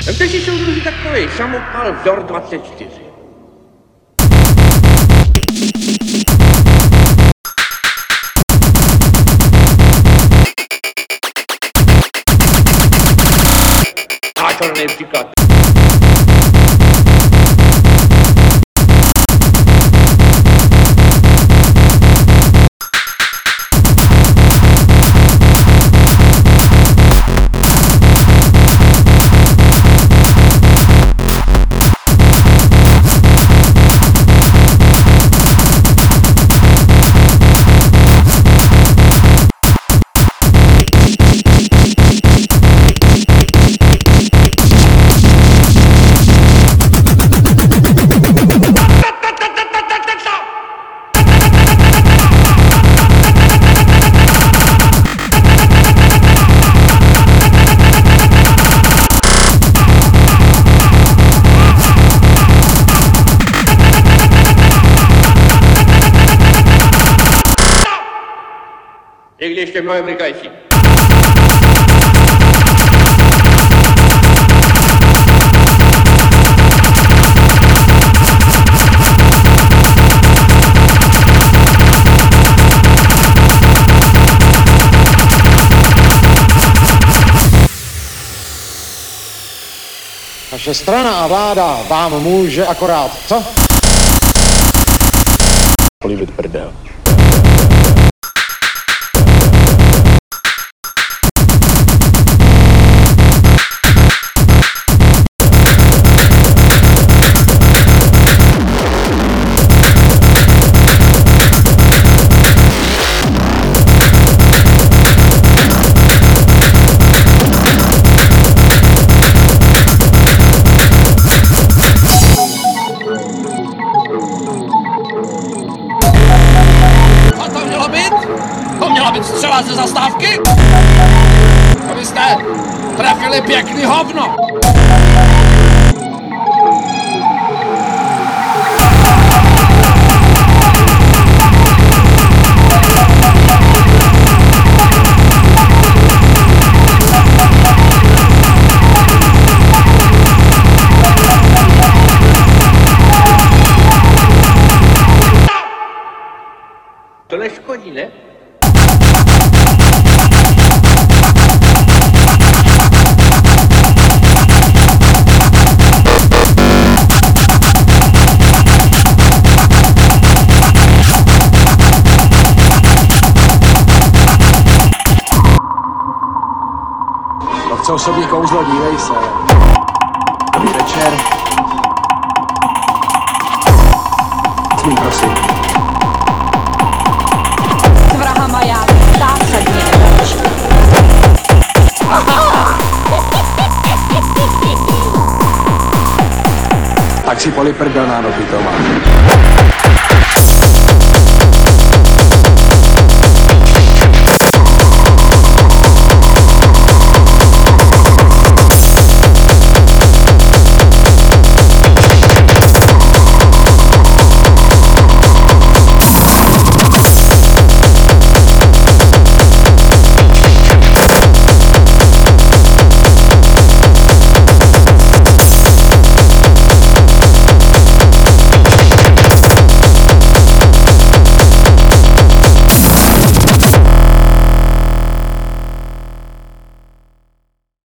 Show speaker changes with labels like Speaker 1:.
Speaker 1: Vemte si soudruzi takovej samopal vzor 24. Náčelný příklad. Někdy ještě mnohem rychlejší.
Speaker 2: Naše strana a vláda vám může akorát, co?
Speaker 3: Políbit prdel.
Speaker 4: To měla být střela ze zastávky? To vy jste trefili pěkný hovno!
Speaker 1: To neškodí, ne?
Speaker 2: To chce osobní kouzlo, dívej se. Dobrý večer. Smím, prosím.
Speaker 5: S vrahama já zásadně nedačím.
Speaker 2: Tak si poliprdel na doby to má.